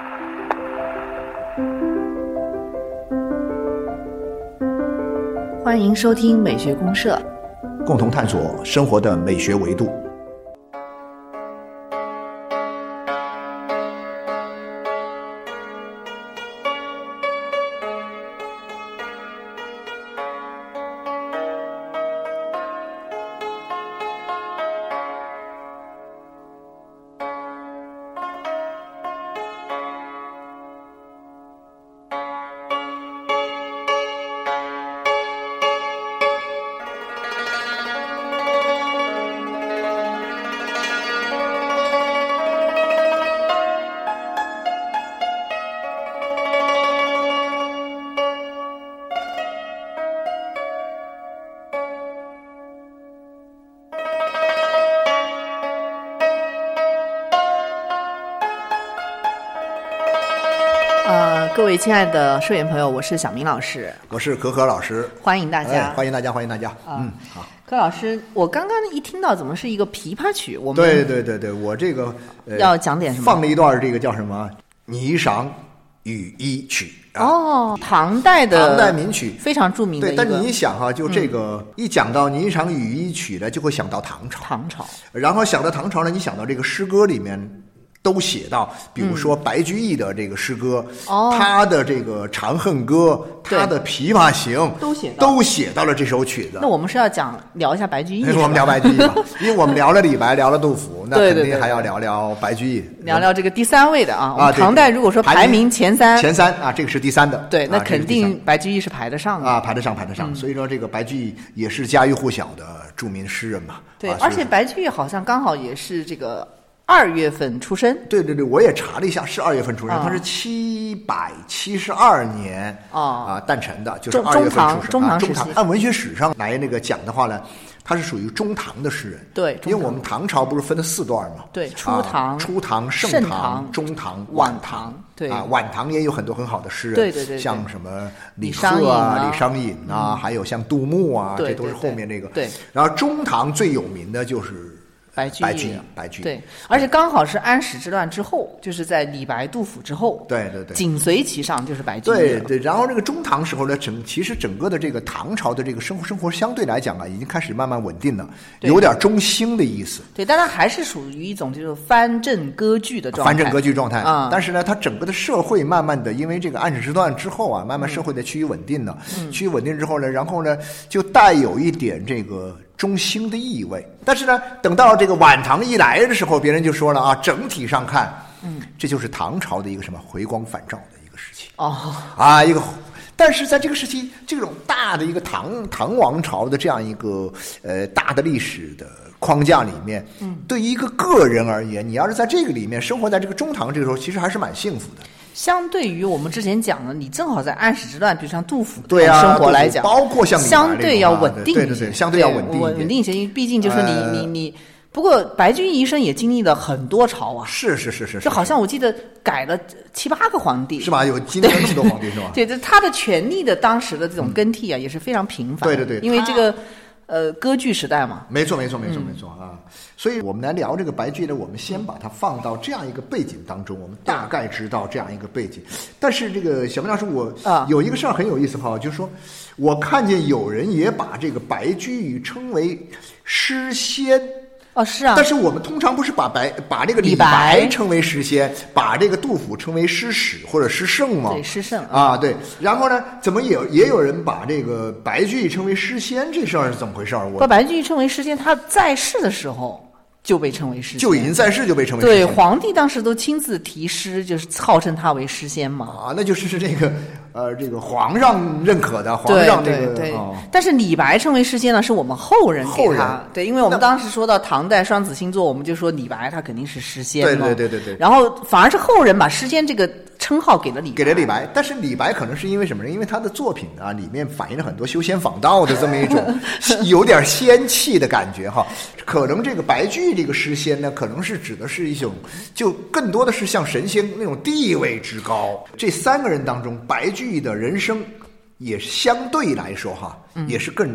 欢迎收听美学公社， 共同探索生活的美学维度。 各位亲爱的社员朋友，我是小明老师， 我是可可老师， 欢迎大家， 欢迎大家，欢迎大家。 好。柯老师，我刚刚一听到怎么是一个琵琶曲，我们对，我这个要讲点什么？ 放了一段这个叫什么《霓裳羽衣曲》 唐代名曲， 非常著名的一个。 对，但你想哈，就这个一讲到《霓裳羽衣曲》呢，就会想到唐朝，然后想到唐朝呢，你想到这个诗歌里面都写到，比如说白居易的这个诗歌，他的这个《长恨歌》，他的《琵琶行》都写到了这首曲子。 那我们是要聊一下白居易？ 我们聊白居易吧，因为我们聊了李白，聊了杜甫，那肯定还要聊聊白居易， 聊聊这个第三位的啊。我们唐代如果说排名前三啊，这个是第三的。 对，那肯定白居易是排得上的啊，排得上。所以说这个白居易也是家喻户晓的著名诗人嘛。 对，而且白居易好像刚好也是这个2月份出生。 对，我也查了一下，是2月份出生，他是772年诞辰的，就是2月份出生。 中唐时期， 按文学史上来那个讲的话呢，他是属于中唐的诗人。 对， 因为我们唐朝不是分了4段嘛？ 对，初唐、 盛唐、中唐、晚唐。 对晚唐也有很多很好的诗人， 对， 像什么李贺啊、李商隐啊，还有像杜牧啊，这都是后面这个。 对， 然后中唐最有名的就是白居易。 对，而且刚好是安史之乱之后，就是在李白、杜甫之后， 对， 紧随其上就是白居易。 对，然后这个中唐时候呢，其实整个的这个唐朝的这个生活相对来讲啊，已经开始慢慢稳定了，有点中兴的意思。 对，但它还是属于一种就是藩镇割据的状态。但是呢，它整个的社会慢慢的，因为这个安史之乱之后啊，慢慢社会的趋于稳定了。趋于稳定之后呢，然后呢，就带有一点这个中兴的意味。但是呢，等到这个晚唐一来的时候，别人就说了啊，整体上看，这就是唐朝的一个什么回光返照的一个时期一个。但是在这个时期，这种大的一个唐王朝的这样一个大的历史的框架里面，对于一个个人而言，你要是在这个里面生活在这个中唐这个时候，其实还是蛮幸福的。相对于我们之前讲的，你正好在安史之乱，比如像杜甫的生活来讲， 包括像相对要稳定一些， 对，相对要稳定一些，因为毕竟就是你。不过白居易一生也经历了很多朝啊， 是， 就好像我记得改了7、8个皇帝， 是吧？有经历了那么多皇帝是吧？ 对，他的权力的当时的这种更替啊，也是非常频繁。 对， 因为这个割据时代嘛。 没错啊。所以我们来聊这个白居易呢，我们先把它放到这样一个背景当中，我们大概知道这样一个背景。但是这个小明老师，我有一个事儿很有意思哈，就是说我看见有人也把这个白居易称为诗仙。 是啊， 但是我们通常不是把这个李白称为诗仙，把这个杜甫称为诗史或者诗圣吗？ 对，诗圣对。然后呢，怎么也有人把这个白居易称为诗仙？这事儿是怎么回事？ 把白居易称为诗仙，他在世的时候就被称为诗仙， 就已经在世就被称为诗仙。 对，皇帝当时都亲自题诗，就是号称他为诗仙嘛。 那就是这个皇上认可的，皇上对。但是李白称为诗仙呢，是我们后人给他。对，因为我们当时说到唐代双子星座，我们就说李白他肯定是诗仙嘛。 对。 然后反而是后人把诗仙这个称号给了李白。 但是李白可能是因为什么呢？因为他的作品啊里面反映了很多修仙访道的这么一种有点仙气的感觉哈。可能这个白居易这个诗仙呢，可能是指的是一种，就更多的是像神仙那种地位之高。这3个人当中，白居易的人生也相对来说哈，也是更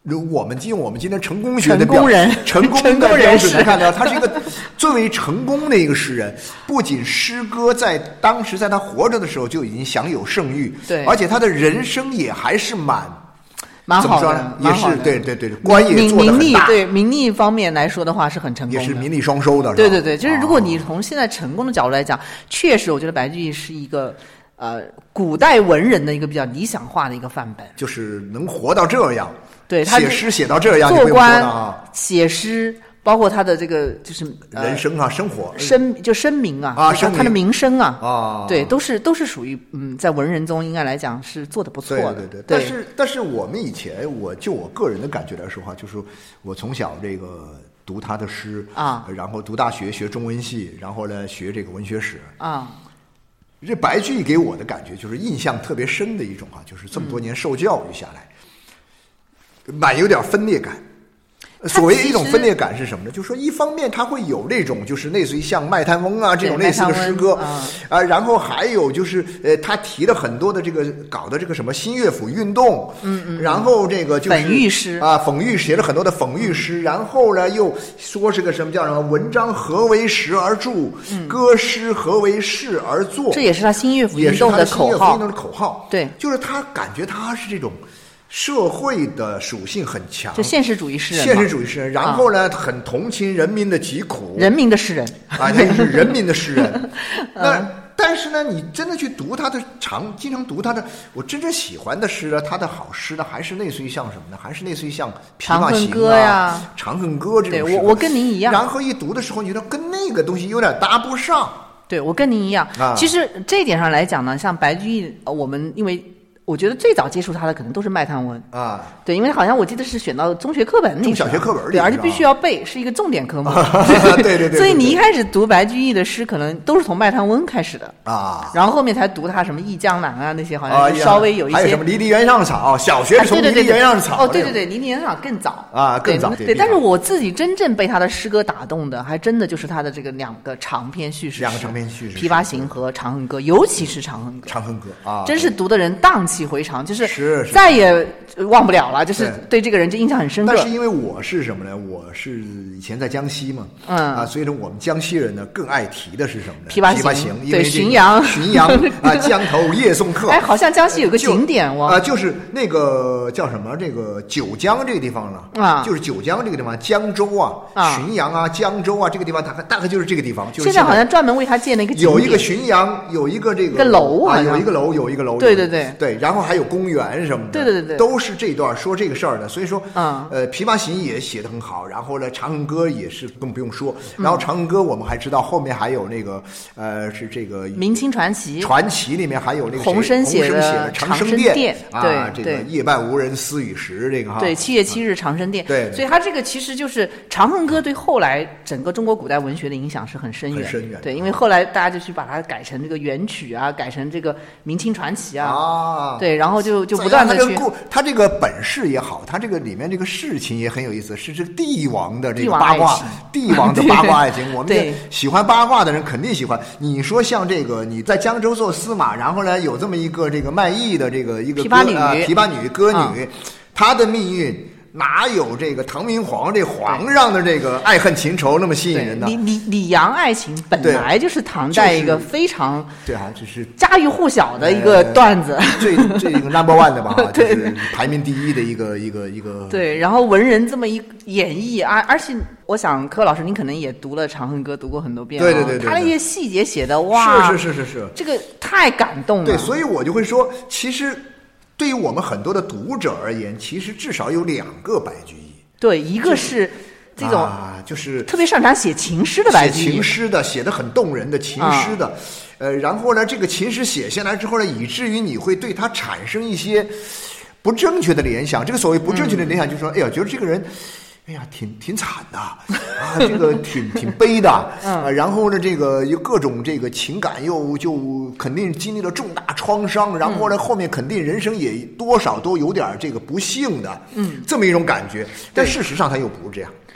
我们用我们今天成功学的成功人的标准来看呢，他是一个最为成功的一个诗人。不仅诗歌在当时在他活着的时候就已经享有盛誉， 对， 而且他的人生也还是蛮好的， 也是对，官也做得很大。 对名利方面来说的话是很成功的， 也是名利双收的。 对，就是如果你从现在成功的角度来讲，确实我觉得白居易是一个古代文人的一个比较理想化的一个范本， 就是能活到这样。 对，他写诗写到这样， 做官写诗，包括他的这个就是人生啊，生活声名啊，他的名声啊，对，都是属于在文人中应该来讲是做得不错的。 对。但是我们以前就我个人的感觉来说话，就是我从小这个读他的诗啊， 然后读大学学中文系，然后呢学这个文学史啊。 这白居易给我的感觉就是印象特别深的一种就是这么多年受教育下来。蛮有点分裂感。所谓一种分裂感是什么呢？就是说一方面他会有那种就是类似于像卖炭翁啊这种类似的诗歌然后还有就是他提了很多的这个搞的这个什么新乐府运动，然后这个就是讽喻诗讽喻写了很多的讽喻诗，然后呢又说是个什么叫什么文章何为时而著，歌诗何为事而作， 这也是他新乐府运动的口号。对，就是他感觉他是这种社会的属性很强， 就现实主义诗人， 然后呢，很同情人民的疾苦， 人民的诗人他是人民的诗人。但是呢，你真的去读他的经常读他的，我真正喜欢的诗呢，他的好诗呢，还是类似于像什么呢？还是类似于像《琵琶行》 呀， 《长恨歌》这种诗。 对，我跟您一样。 然后一读的时候，你觉得跟那个东西有点搭不上。 对，我跟您一样。其实这一点上来讲呢，像白居易，我们因为我觉得最早接触他的可能都是卖炭翁对，因为好像我记得是选到中学课本里， 中小学课本里， 对，而且必须要背，是一个重点科目。 对。 所以你一开始读白居易的诗，可能都是从卖炭翁开始的然后后面才读他什么忆江南啊那些，好像稍微有一些。 还有什么离离原上草，小学从离离原上草。 对，离离原上草更早更早。 对，但是我自己真正被他的诗歌打动的，还真的就是他的这个两个长篇叙事，琵琶行和长恨歌，尤其是长恨歌真是读的人荡气回肠，就是再也忘不了了，就是对这个人就印象很深刻。 但是因为我是什么呢？我是以前在江西嘛，所以呢，我们江西人呢更爱提的是什么呢？ 琵琶行， 对，浔阳江头夜送客。 好像江西有个景点就是那个叫什么？这个九江这个地方了就是九江这个地方，江州浔阳江州这个地方，大概就是这个地方。 现在好像专门为他建了一个景点， 有一个浔阳，有一个这个楼有一个楼，对，然后还有公园什么的， 对， 都是这段说这个事儿的。所以说，琵琶行也写得很好，然后呢，长恨歌也是更不用说。然后长恨歌我们还知道后面还有那个是这个明清传奇里面还有那个洪升写的长生殿这个夜半无人私语时这个对7月7日长生殿所以他这个其实就是长恨歌对后来整个中国古代文学的影响是很深远对，因为后来大家就去把它改成这个元曲改成这个明清传奇对，然然后就不断的去， 他这个本事也好，他这个里面这个事情也很有意思，是这帝王的这个八卦，帝王的八卦爱情。我们喜欢八卦的人肯定喜欢。你说像这个你在江州做司马，然后呢有这么一个这个卖艺的这个一个琵琶女歌女，她的命运哪有这个唐明皇这皇上的这个爱恨情仇那么吸引人呢？ 李杨爱情本来就是唐代一个非常就是家喻户晓的一个段子， 这个 number one 的吧，就是排名第一的一个。 对，然后文人这么一演绎而且我想柯老师您可能也读了《长恨歌》，读过很多遍， 对， 他那些细节写的哇， 是， 这个太感动了。 对，所以我就会说，其实。对于我们很多的读者而言，其实至少有两个白居易。 对，一个是这种就是特别擅长写情诗的白居易， 写情诗的，写得很动人的情诗的。然后呢，这个情诗写下来之后呢，以至于你会对他产生一些不正确的联想。这个所谓不正确的联想，就是说，哎呀，觉得这个人。哎呀，挺惨的这个挺悲的然后呢，这个有各种这个情感就肯定经历了重大创伤，然后呢，后面肯定人生也多少都有点这个不幸的，这么一种感觉。但事实上他又不是这样。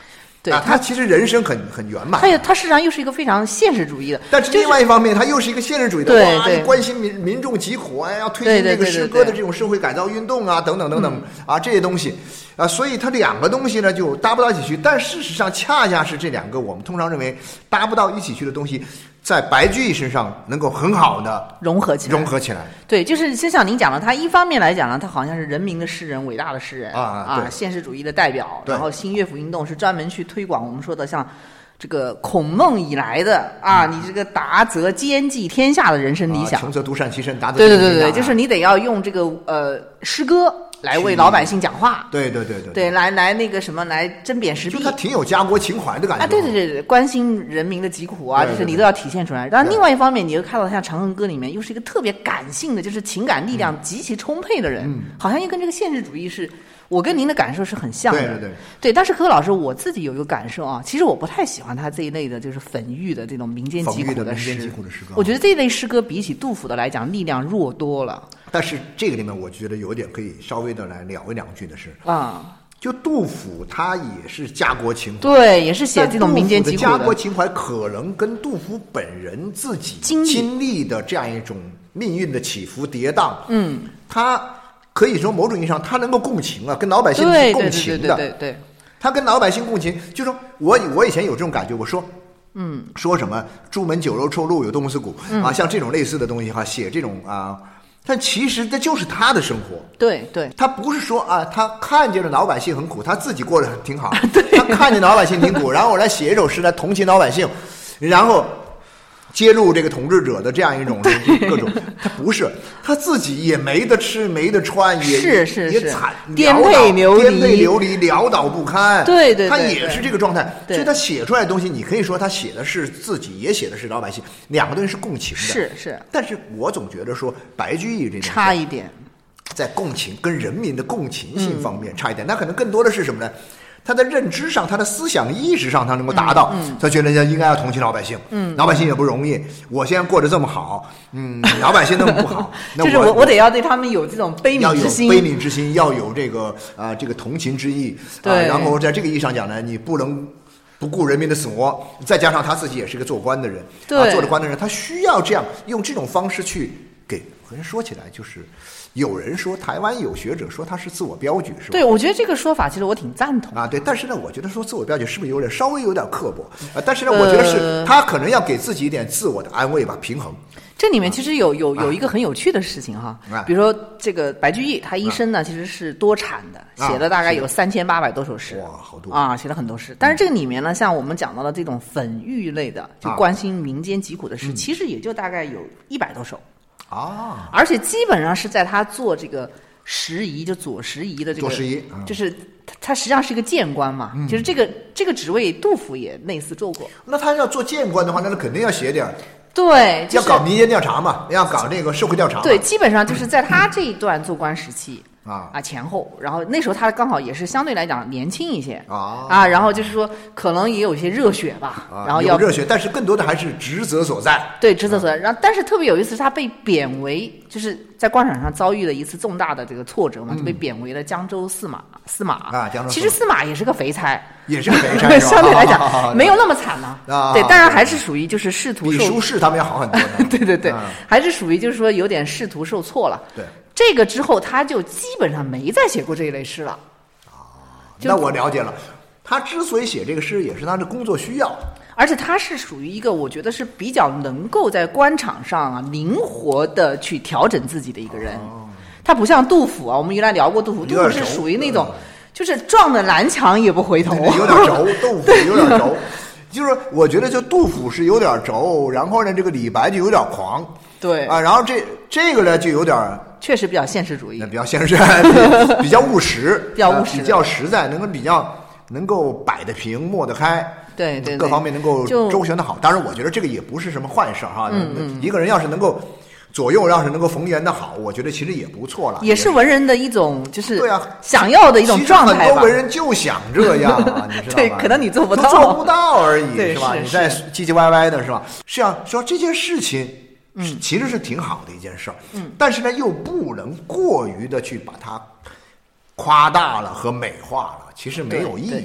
对，他其实人生很圆满。 他事实上又是一个非常现实主义的， 但是另外一方面，他又是一个现实主义的。 对， 关心民众疾苦啊，要推进这个诗歌的这种社会改造运动啊，等等等等啊，这些东西啊，所以他两个东西呢就搭不到一起去。但事实上，恰恰是这两个我们通常认为搭不到一起去的东西，在白居易身上能够很好的融合起来。 对，就是就像您讲的，他一方面来讲呢，他好像是人民的诗人，伟大的诗人现实主义的代表。然后新乐府运动是专门去推广我们说的像这个孔孟以来的你这个达则兼济天下的人生理想， 穷则独善其身，达则对，就是你得要用这个诗歌来为老百姓讲话， 对， 来那个什么，来针砭时弊， 就他挺有家国情怀的感觉对，关心人民的疾苦啊，就是你都要体现出来。但另外一方面，你又看到像《长恨歌》里面，又是一个特别感性的，就是情感力量极其充沛的人，好像又跟这个现实主义是，我跟您的感受是很像的。对。但是柯老师，我自己有一个感受啊，其实我不太喜欢他这一类的，就是讽喻的这种民间疾苦的诗歌。我觉得这一类诗歌比起杜甫的来讲，力量弱多了。 但是这个里面，我觉得有点可以稍微的来聊一两句的是就杜甫他也是家国情怀， 对，也是写这种民间疾苦的。 家国情怀可能跟杜甫本人自己经历的这样一种命运的起伏跌宕，他可以说某种意义上他能够共情啊，跟老百姓是共情的。 对， 他跟老百姓共情，就说我以前有这种感觉，我说。说什么朱门酒肉臭路有冻死骨像这种类似的东西写这种但其实这就是他的生活。 对， 他不是说他看见了老百姓很苦，他自己过得挺好。他看见老百姓挺苦，然后我来写一首诗来同情老百姓，然后揭露这个统治者的这样一种各种，他不是，他自己也没得吃没得穿，也惨， 颠沛流离，潦倒不堪。 对， 他也是这个状态。所以他写出来的东西，你可以说他写的是自己，也写的是老百姓，两个东西是共情的。 是。 但是我总觉得说白居易这种差一点， 在共情跟人民的共情性方面差一点，那可能更多的是什么呢？他的认知上，他的思想意识上，他能够达到，他觉得应该要同情老百姓，老百姓也不容易，我现在过得这么好，老百姓那么不好，那就是我得要对他们有这种悲悯之心， 要有悲悯之心，要有这个同情之意，然后在这个意义上讲呢，你不能不顾人民的死活，再加上他自己也是个做官的人，做了官的人，他需要这样用这种方式去给人说起来就是。有人说，台湾有学者说他是自我标举，是吧？ 对，我觉得这个说法其实我挺赞同对，但是呢，我觉得说自我标举是不是稍微有点刻薄但是呢，我觉得是他可能要给自己一点自我的安慰吧，平衡。 这里面其实有一个很有趣的事情比如说这个白居易，他一生呢其实是多产的，写了大概有3800多首诗， 哇，好多写了很多诗。但是这个里面呢，像我们讲到的这种讽喻类的，就关心民间疾苦的诗，其实也就大概有100多首。而且基本上是在他做这个时仪，就左拾遗的这个，就是他实际上是一个谏官嘛，就是这个职位，杜甫也类似做过。 那他要做谏官的话，那肯定要写点。 对， 要搞民间调查嘛，要搞这个社会调查。 对，基本上就是在他这一段做官时期。前后，然后那时候他刚好也是相对来讲年轻一些然后就是说可能也有一些热血吧，然后有热血，但是更多的还是职责所在。 对，职责所在。然后，但是特别有意思，他被贬为就是在官场上遭遇了一次重大的这个挫折嘛，就被贬为了江州司马。 江州其实司马也是个肥差， 也是个肥差， 相对来讲没有那么惨呢。对，当然还是属于就是仕途比苏轼他们要好很多的。对，还是属于就是说有点仕途受挫了。 对。 这个之后，他就基本上没再写过这一类诗了。 那我了解了。他之所以写这个诗，也是他的工作需要。 而且他是属于一个，我觉得是比较能够在官场上灵活的去调整自己的一个人。他不像杜甫我们原来聊过杜甫是属于那种，就是撞着南墙也不回头， 有点轴。杜甫有点轴，就是我觉得就杜甫是有点轴，然后呢，这个李白就有点狂。 对然后这个呢就有点确实比较现实主义， 比较现实，比较务实， 比较实在，能够摆得平，抹得开， 对， 各方面能够周旋得好。当然，我觉得这个也不是什么坏事一个人要是能够左右，要是能够逢源的好，我觉得其实也不错了。 也是文人的一种，就是想要的一种状态吧。 很多文人就想这样你知道吧？ 对，可能你做不到， 做不到而已，是吧？你在唧唧歪歪的是吧？是啊，说这件事情。其实是挺好的一件事儿，但是呢，又不能过于的去把它夸大了和美化了，其实没有意义。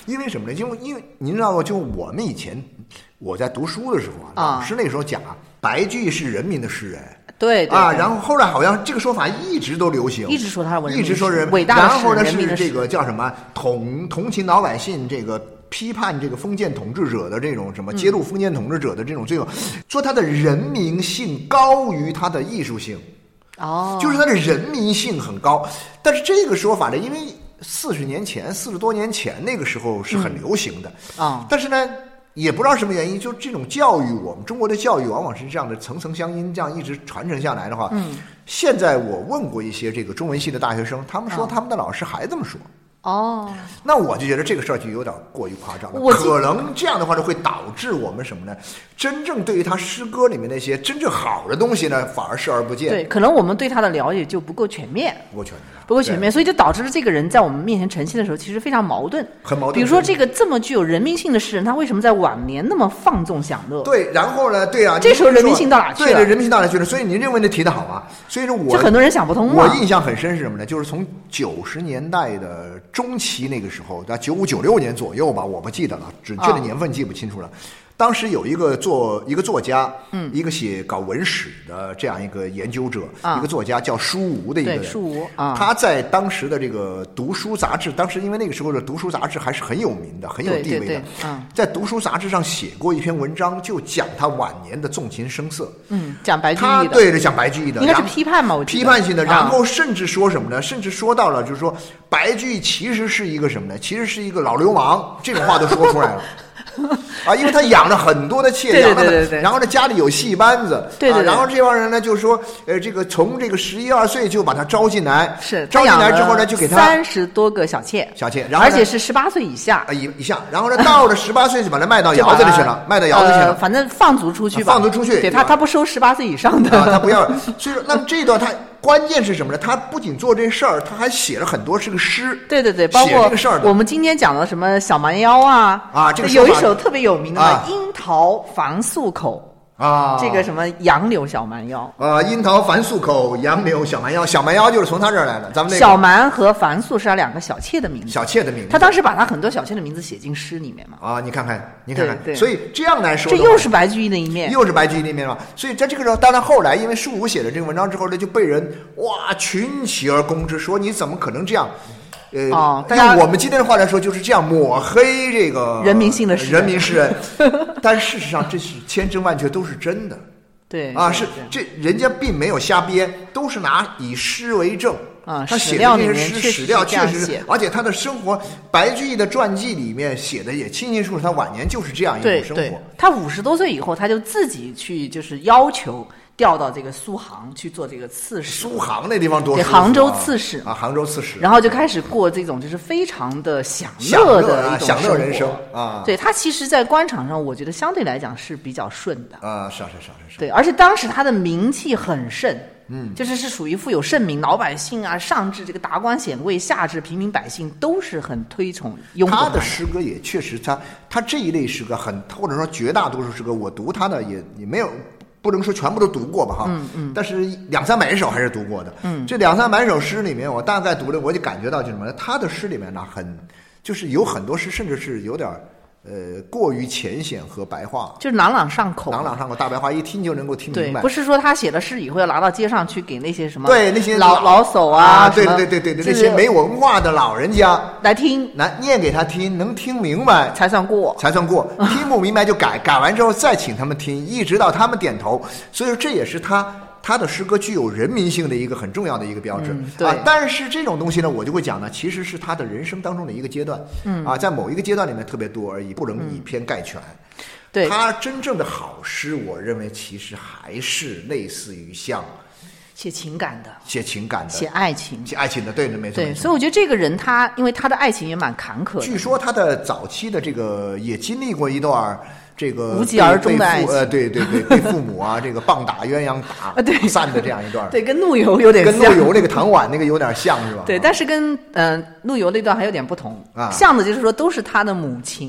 因为什么呢？因为您知道吗？就我们以前我在读书的时候老师那时候讲白居易是人民的诗人。 对然后后来好像这个说法一直都流行， 一直说他是一直说人伟大的诗， 然后呢是这个叫什么同情老百姓，这个批判这个封建统治者的这种什么揭露封建统治者的这种说他的人民性高于他的艺术性。就是他的人民性很高，但是这个说法呢，因为40多年前那个时候是很流行的但是呢。也不知道什么原因，就这种教育，我们中国的教育往往是这样的层层相因，这样一直传承下来的话，现在我问过一些这个中文系的大学生，他们说他们的老师还这么说。那我就觉得这个事儿就有点过于夸张了。可能这样的话就会导致我们什么呢？真正对于他诗歌里面那些真正好的东西呢，反而视而不见。 对，可能我们对他的了解就不够全面， 不够全面， 所以就导致了这个人在我们面前呈现的时候，其实非常矛盾， 很矛盾。 比如说这个这么具有人民性的诗人，他为什么在晚年那么放纵享乐？ 对，然后呢？对啊， 这时候人民性到哪去了？ 对，人民性到哪去了？所以您认为那提得好啊。所以说就很多人想不通嘛。 我印象很深是什么呢？就是从90年代的中期那个时候，在95、96年左右吧，我不记得了，准确的年份记不清楚了。当时有一个作家，一个搞文史的这样一个研究者，一个作家叫舒吴的一个人， 舒吴他在当时的这个读书杂志，当时因为那个时候的读书杂志还是很有名的，很有地位的，在读书杂志上写过一篇文章，就讲他晚年的纵情声色， 讲白居易的， 对，讲白居易的， 应该是批判嘛，我记得批判性的，然后甚至说什么呢？甚至说到了，就是说白居易其实是一个什么呢？其实是一个老流氓，这种话都说出来了。因为他养了很多的妾，然后呢家里有戏班子，然后这帮人呢就说，这个从这个11、12岁就把他招进来，招进来之后呢就给他 30多个小妾， 然后而且是18岁以下， 以下，然后呢到了18岁就把他卖到窑子里去了， 反正放逐出去吧， 放逐出去， 对他不收18岁以上的， 他不要。所以说，那么这一段他。关键是什么呢？他不仅做这事儿，他还写了很多是个诗。 对，包括我们今天讲的什么小蛮腰这个有一首特别有名的嘛，樱桃凡素口。这个什么杨柳小蛮腰樱桃凡素口，杨柳小蛮腰，小蛮腰就是从他这儿来的。咱们小蛮和凡素是2个小妾的名字，他当时把他很多小妾的名字写进诗里面嘛。 你看看，所以这样来说， 这又是白居易的一面， 嘛。所以在这个时候，当然后来因为舒吴写了这个文章之后呢，就被人群起而攻之，说你怎么可能这样？用我们今天的话来说，就是这样抹黑这个人民性的人民诗人。但事实上，这是千真万确，都是真的。 对是这人家并没有瞎编，都是以诗为证他写的这些诗史料确实，而且他的生活，白居易的传记里面写的也清清楚楚，他晚年就是这样一种生活。 他50多岁以后，他就自己去就是要求。调到这个苏杭去做这个刺史， 苏杭那地方多舒服杭州刺史杭州刺史， 然后就开始过这种就是非常的享乐的一种享乐人生对，他其实在官场上我觉得相对来讲是比较顺的是对，而且当时他的名气很盛，就是属于富有盛名，老百姓上至这个达官显贵，下至平民百姓都是很推崇拥护他的诗歌也确实他这一类诗歌或者说绝大多数诗歌，我读他的也没有。不能说全部都读过吧但是200-300首还是读过的。这200-300首诗里面，我大概读了，我就感觉到就是什么呢？他的诗里面呢，就是有很多诗，甚至是有点过于浅显和白话， 就是朗朗上口， 大白话一听就能够听明白。 不是说他写了诗以后要拿到街上去给那些什么那些老叟对，那些没文化的老人家来听， 来念给他听，能听明白才算过， 听不明白就改完之后再请他们听，一直到他们点头。所以说这也是他的诗歌具有人民性的一个很重要的一个标志但是这种东西呢，我就会讲呢，其实是他的人生当中的一个阶段在某一个阶段里面特别多而已，不能以偏概全。 对， 他真正的好诗，我认为其实还是类似于像写情感的， 写爱情的，对，没错。 对，所以我觉得这个人因为他的爱情也蛮坎坷的。 据说他的早期的这个也经历过一段这个无疾而终的爱情， 对，被父母这个棒打鸳鸯打散的这样一段， 对，跟陆游有点像， 跟陆游那个唐婉那个有点像是吧？ 对，但是跟陆游那段还有点不同像的就是说都是他的母亲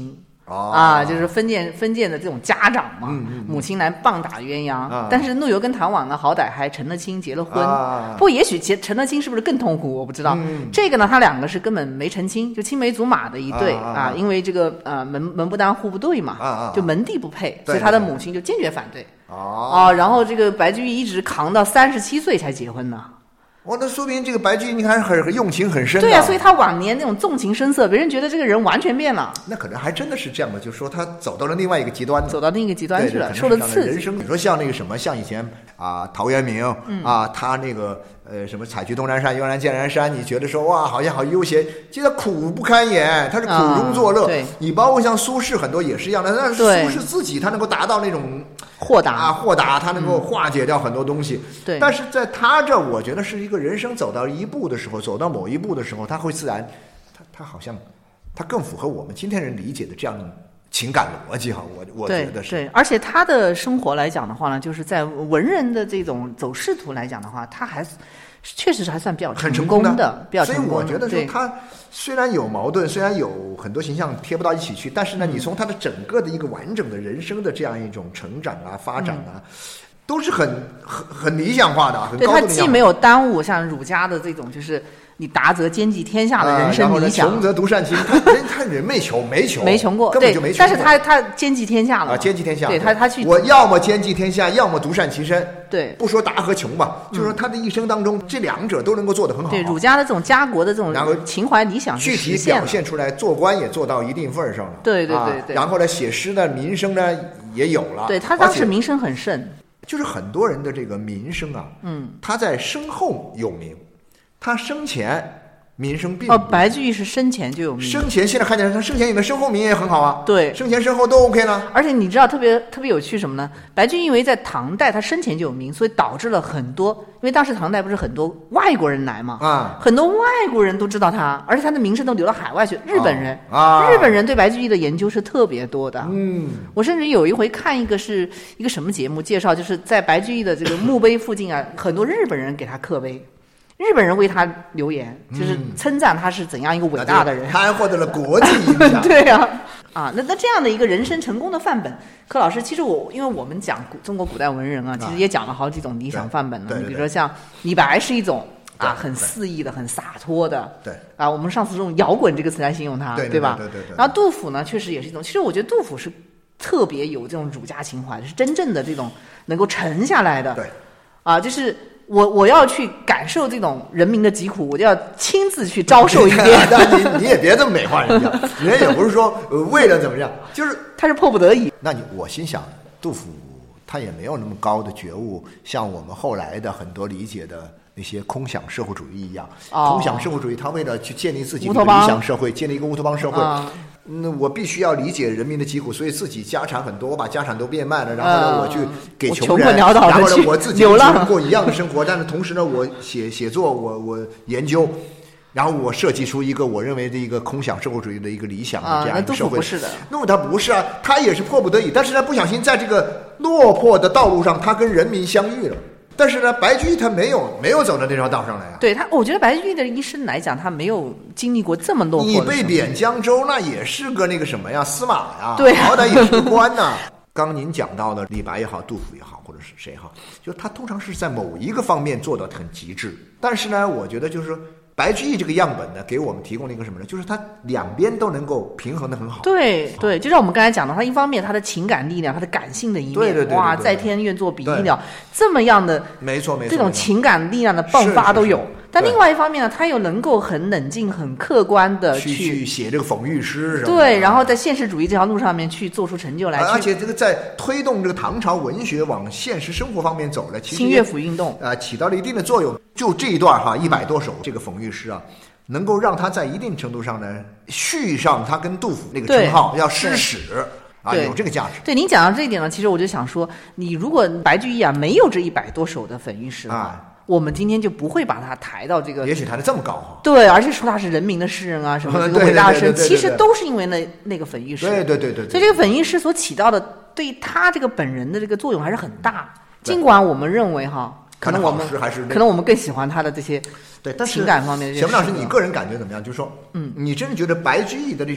就是封建的这种家长嘛，母亲来棒打鸳鸯。但是陆游跟唐婉呢，好歹还成了亲，结了婚。不过也许成了亲是不是更痛苦，我不知道。这个呢，他两个是根本没成亲，就青梅竹马的一对因为这个门不当户不对嘛，就门第不配，所以他的母亲就坚决反对。然后这个白居易一直扛到37岁才结婚呢。 那说明这个白居易你看很用情很深的。 对所以他晚年那种纵情声色，别人觉得这个人完全变了。 那可能还真的是这样的，就是说他走到了另外一个极端， 走到另一个极端去了，受了刺激。 人生，你说像那个什么，像以前陶渊明他那个什么采菊东南山，悠然见南山，你觉得说哇，好像好悠闲，其实苦不堪言，他是苦中作乐。你包括像苏轼很多也是一样的，但是苏轼自己他能够达到那种豁达， 他能够化解掉很多东西。 对， 但是在他这，我觉得是一个人生走到一步的时候，走到某一步的时候，他会自然，他好像他更符合我们今天人理解的这样的情感逻辑哈。我觉得是。 对，而且他的生活来讲的话呢，就是在文人的这种走仕途来讲的话，他还确实是还算比较成功的，比较成功的。 所以我觉得说他虽然有矛盾，虽然有很多形象贴不到一起去，但是呢，你从他的整个的一个完整的人生的这样一种成长发展都是很理想化的，很高度的理想化。 对，他既没有耽误像儒家的这种就是你达则兼济天下的人生理想， 穷则独善其身。他人没穷过，根本就没穷过。 但是他兼济天下了， 兼济天下。 对，他去， 我要么兼济天下，要么独善其身。 对， 不说达和穷吧，就是说他的一生当中，这两者都能够做得很好。 对，儒家的这种家国的这种情怀理想， 具体表现出来，做官也做到一定份上了。 对。 然后呢，写诗的名声呢也有了。 对，他当时名声很盛。 就是很多人的这个名声他在身后有名，他生前名声并不白居易是生前就有名， 生前现在看起来他生前有名，身后名也很好啊。 对， 生前身后都 OK 呢。 而且你知道特别有趣什么呢？白居易因为在唐代他生前就有名，所以导致了很多，因为当时唐代不是很多外国人来嘛，很多外国人都知道他，而且他的名声都流到海外去。日本人日本人对白居易的研究是特别多的。我甚至有一回看一个是一个什么节目介绍，就是在白居易的这个墓碑附近很多日本人给他刻碑。日本人为他留言，就是称赞他是怎样一个伟大的人， 他还获得了国际影响。 对那这样的一个人生成功的范本，柯老师，其实因为我们讲中国古代文人其实也讲了好几种理想范本了。你比如说像李白是一种很肆意的、很洒脱的。 对我们上次用摇滚这个词来形容他， 对吧？ 对。 然后杜甫呢，确实也是一种。其实我觉得杜甫是特别有这种儒家情怀的，是真正的这种能够沉下来的。 对就是我要去感受这种人民的疾苦，我就要亲自去遭受一遍。 你也别这么美化人家，人家也不是说为了怎么样，就是他是迫不得已。 我心想，杜甫他也没有那么高的觉悟，像我们后来的很多理解的那些空想社会主义一样。空想社会主义，他为了去建立自己的理想社会，建立一个乌托邦社会。那我必须要理解人民的疾苦，所以自己家产很多，我把家产都变卖了，然后呢，我去给穷人，然后呢，我自己过一样的生活，但是同时呢，我写作，我研究，然后我设计出一个我认为的一个空想社会主义的一个理想的这样一个社会。 不是的， 那么他不是他也是迫不得已，但是呢，不小心在这个落魄的道路上，他跟人民相遇了。但是呢，白居易他没有走到这条道上来对我觉得白居易的一生来讲，他没有经历过这么落魄的。 你被贬江州，那也是个那个什么呀，司马呀， 对， 好歹也是个官呐。刚您讲到的李白也好，杜甫也好，或者是谁好，就他通常是在某一个方面做到很极致。但是呢，我觉得就是说白居易这个样本呢，给我们提供了一个什么呢？就是他两边都能够平衡得很好。 对，就像我们刚才讲的，他一方面他的情感力量，他的感性的一面， 对， 哇，在天愿作比翼鸟，这么样的， 没错， 这种情感力量的迸发都有。但另外一方面呢，他又能够很冷静、很客观的去写这个讽喻诗， 对，然后在现实主义这条路上面去做出成就来， 而且这个在推动这个唐朝文学往现实生活方面走了，其实新乐府运动起到了一定的作用。就这一段100多首这个讽喻诗能够让他在一定程度上呢续上他跟杜甫那个称号，要诗史。有这个价值。 对，您讲到这一点呢，其实我就想说，你如果白居易没有这100多首的讽喻诗我们今天就不会把他抬到这个， 也许抬得这么高对，而且说他是人民的诗人什么这个伟大的诗人，其实都是因为那个讽喻诗。 对。 所以这个讽喻诗所起到的对他这个本人的这个作用还是很大。尽管我们认为可能我们更喜欢他的这些情感方面的。 小明老师，你个人感觉怎么样？就是说，你真的觉得白居易的这种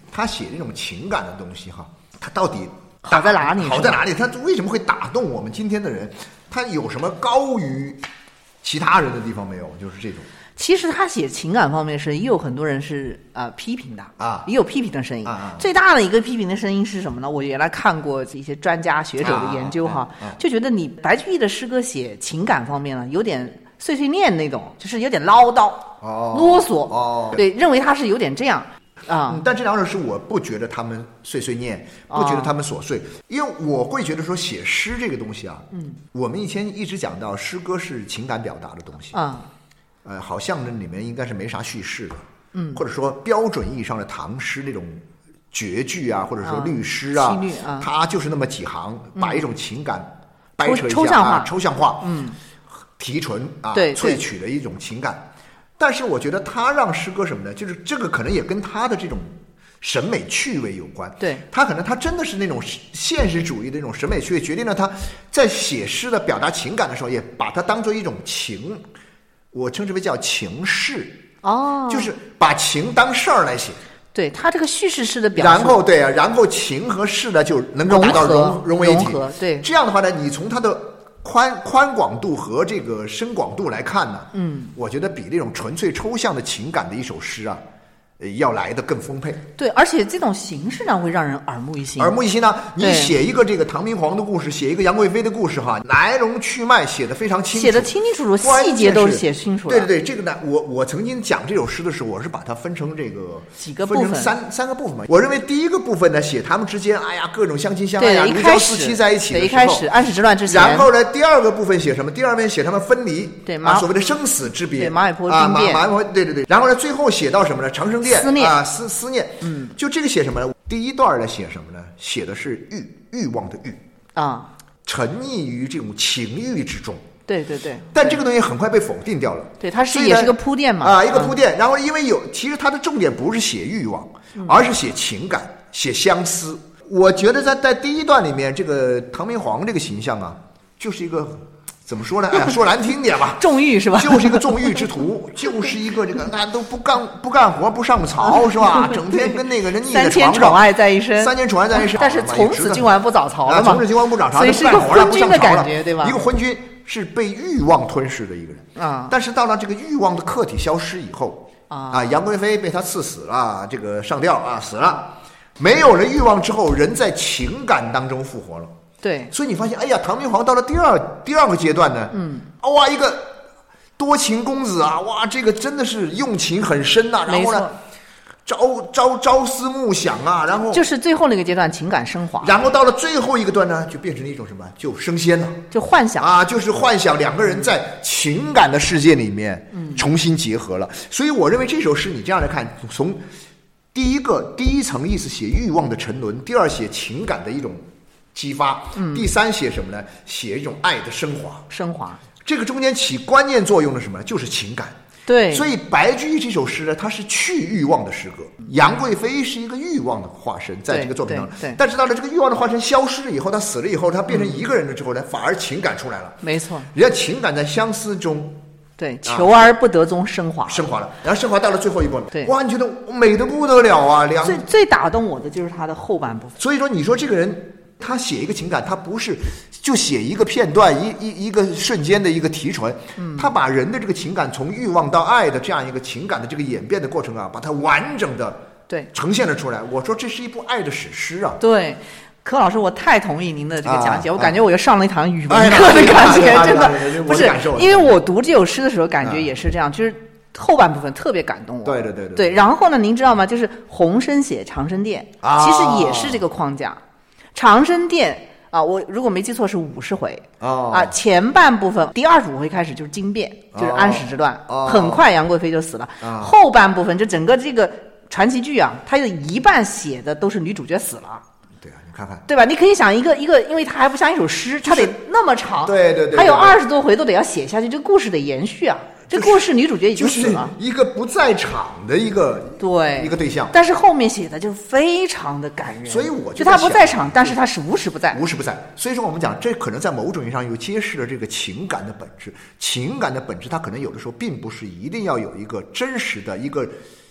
他写这种情感的东西哈，他到底好在哪里？ 好在哪里？他为什么会打动我们今天的人？他有什么高于其他人的地方没有？就是这种。 其实他写情感方面是也有很多人是批评的啊， 也有批评的声音最大的一个批评的声音是什么呢？我原来看过一些专家学者的研究就觉得你白居易的诗歌写情感方面呢，有点碎碎念那种，就是有点唠叨、啰嗦对，认为他是有点这样但这两首诗我不觉得他们碎碎念，不觉得他们琐碎，因为我会觉得说写诗这个东西我们以前一直讲到诗歌是情感表达的东西好像这里面应该是没啥叙事的，或者说标准意义上的唐诗那种绝句或者说律诗它就是那么几行，把一种情感掰扯一下抽象化，提纯萃取的一种情感。但是我觉得他让诗歌什么呢？就是这个可能也跟他的这种审美趣味有关。 对， 他可能他真的是那种现实主义的那种审美趣味，决定了他在写诗的表达情感的时候，也把它当做一种情。我称之为叫情事就是把情当事儿来写。 对，他这个叙事式的表述， 然后情和事呢就能够达到融为一体。 对， 这样的话呢，你从它的宽广度和这个深广度来看呢，我觉得比那种纯粹抽象的情感的一首诗要来得更丰沛。 对，而且这种形式呢会让人耳目一新。 耳目一新呢，你写一个这个唐明皇的故事，写一个杨贵妃的故事来龙去脉写得非常清楚， 写得清清楚楚，细节都是写清楚的。对，这个呢，我曾经讲这首诗的时候，我是把它分成这个几个部分， 三个部分嘛。我认为第一个部分呢，写他们之间各种相亲相爱如胶似漆在一起的时候， 一开始安史之乱之前。 然后呢，第二个部分写什么？第二面写他们分离， 对所谓的生死之别， 对马嵬坡兵变， 马嵬坡，对。然后呢，最后写到什么呢？长生殿思念，就这个写什么呢？第一段呢写什么呢？写的是欲望的欲沉溺于这种情欲之中。 对。 但这个东西很快被否定掉了。 对，它也是个铺垫嘛。 一个铺垫。然后因为其实它的重点不是写欲望，而是写情感，写相思。我觉得在第一段里面，这个唐明皇这个形象就是一个。怎么说呢？说难听点吧， 纵欲是吧？ 就是一个纵欲之徒，就是一个这个都不干活不上朝是吧？整天跟那个人腻在床上， 三千宠爱在一身。但是从此今晚不早朝了嘛？ 从此今晚不早朝， 所以是一个昏君的感觉，对吧？ 一个昏君是被欲望吞噬的一个人但是到了这个欲望的客体消失以后杨贵妃被他赐死了，这个上吊死了，没有了欲望之后，人在情感当中复活了。 对， 所以你发现，唐明皇到了第二个阶段呢，一个多情公子这个真的是用情很深然后呢，朝思暮想然后就是最后那个阶段情感升华， 然后到了最后一个段呢，就变成了一种什么，就升仙了， 就幻想就是幻想两个人在情感的世界里面重新结合了。所以我认为这首诗你这样来看，从第一层意思写欲望的沉沦，第二写情感的一种激发，第三写什么呢？写一种爱的升华。这个中间起关键作用的什么？就是情感。 对， 所以白居易这首诗呢，它是去欲望的诗歌。杨贵妃是一个欲望的化身，在这个作品当中。但是到了这个欲望的化身消失了以后，他死了以后，他变成一个人了之后呢，反而情感出来了。 没错， 人家情感在相思中。 对，求而不得中升华了，然后升华到了最后一步， 对， 你觉得美得不得了最打动我的就是他的后半部分。 所以说，你说这个人他写一个情感，他不是就写一个片段，一个瞬间的一个提纯，他把人的这个情感从欲望到爱的这样一个情感的这个演变的过程把它完整的呈现了出来。我说这是一部爱的史诗对。柯老师，我太同意您的这个讲解，我感觉我又上了一堂语文课的感觉，真的不是，因为我读这首诗的时候，感觉也是这样，就是后半部分特别感动我。 对。 然后呢，您知道吗？就是洪深写长生殿，其实也是这个框架。长生殿我如果没记错是50回前半部分第25回开始就是惊变，就是安史之乱，很快杨贵妃就死了。后半部分就整个这个传奇剧它有一半写的都是女主角死了。 看看， 对吧？你可以想一个，因为它还不像一首诗，它得那么长， 对， 还有20多回都得要写下去，这个故事得延续这故事女主角已经死了， 一个不在场的一个对象， 但是后面写的就非常的感人。 所以我就他不在场，但是他是无时不在。 所以说我们讲，这可能在某种意义上又揭示了这个情感的本质。情感的本质，它可能有的时候并不是一定要有一个真实的一个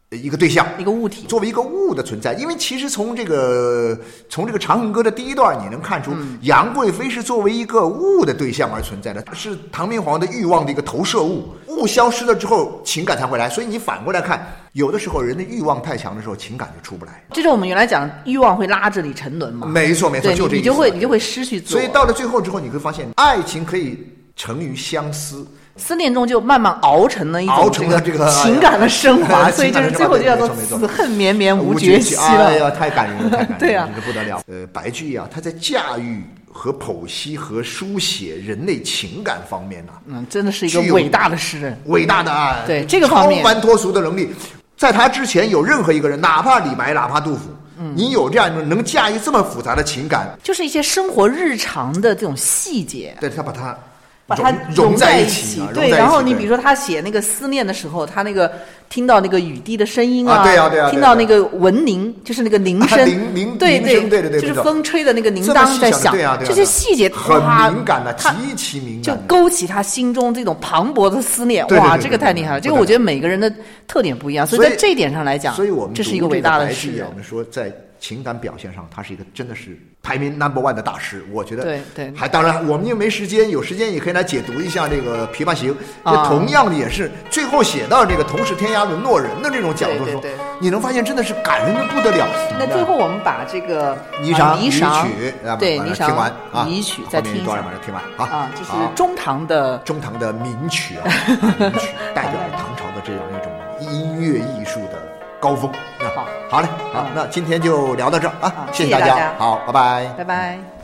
一个对象， 一个物体， 作为一个物的存在。因为其实从这个《长恨歌》的第一段，你能看出杨贵妃是作为一个物的对象而存在的，是唐明皇的欲望的一个投射物。物消失了之后，情感才会来。所以你反过来看，有的时候人的欲望太强的时候，情感就出不来。 这是我们原来讲欲望会拉着你沉沦嘛？ 没错，就这意思。 你就会失去自我。 所以到了最后之后，你会发现，爱情可以成于相思。 思念中就慢慢熬成了一种这个情感的升华，所以就是最后就叫做此恨绵绵无绝期了。 哎呀，太感人了，太感人了， 对啊， 这不得了。白居易啊，他在驾驭和剖析和书写人类情感方面呢， 真的是一个伟大的诗人， 伟大的啊， 对这个方面超凡脱俗的能力，在他之前有任何一个人，哪怕李白，哪怕杜甫。你有这样能驾驭这么复杂的情感， 就是一些生活日常的这种细节， 对，他把它融在一起，对。然后你比如说他写那个思念的时候，他那个听到那个雨滴的声音啊， 对啊， 听到那个蚊铃，就是那个铃声，对，就是风吹的那个铃铛在响，这些细节很敏感的，极其敏感， 就勾起他心中这种磅礴的思念。哇，这个太厉害了！这个我觉得每个人的特点不一样，所以在这一点上来讲， 所以我们这是一个伟大的诗人。 我们说在情感表现上，他是一个真的是排名 No.1 的大师，我觉得。 对。 还当然，我们又没时间，有时间也可以来解读一下这个《琵琶行》。同样的也是最后写到这个同是天涯沦落人的这种角度说，你能发现真的是感人的不得了。 那最后我们把这个霓裳曲，对，霓裳听完啊， 离曲再听一下， 把它听完啊。 这是中唐的名曲啊，名曲代表了唐朝的这样一种音乐艺术的高峰。好嘞，好，那今天就聊到这儿啊，谢大家，好，拜拜， 拜拜。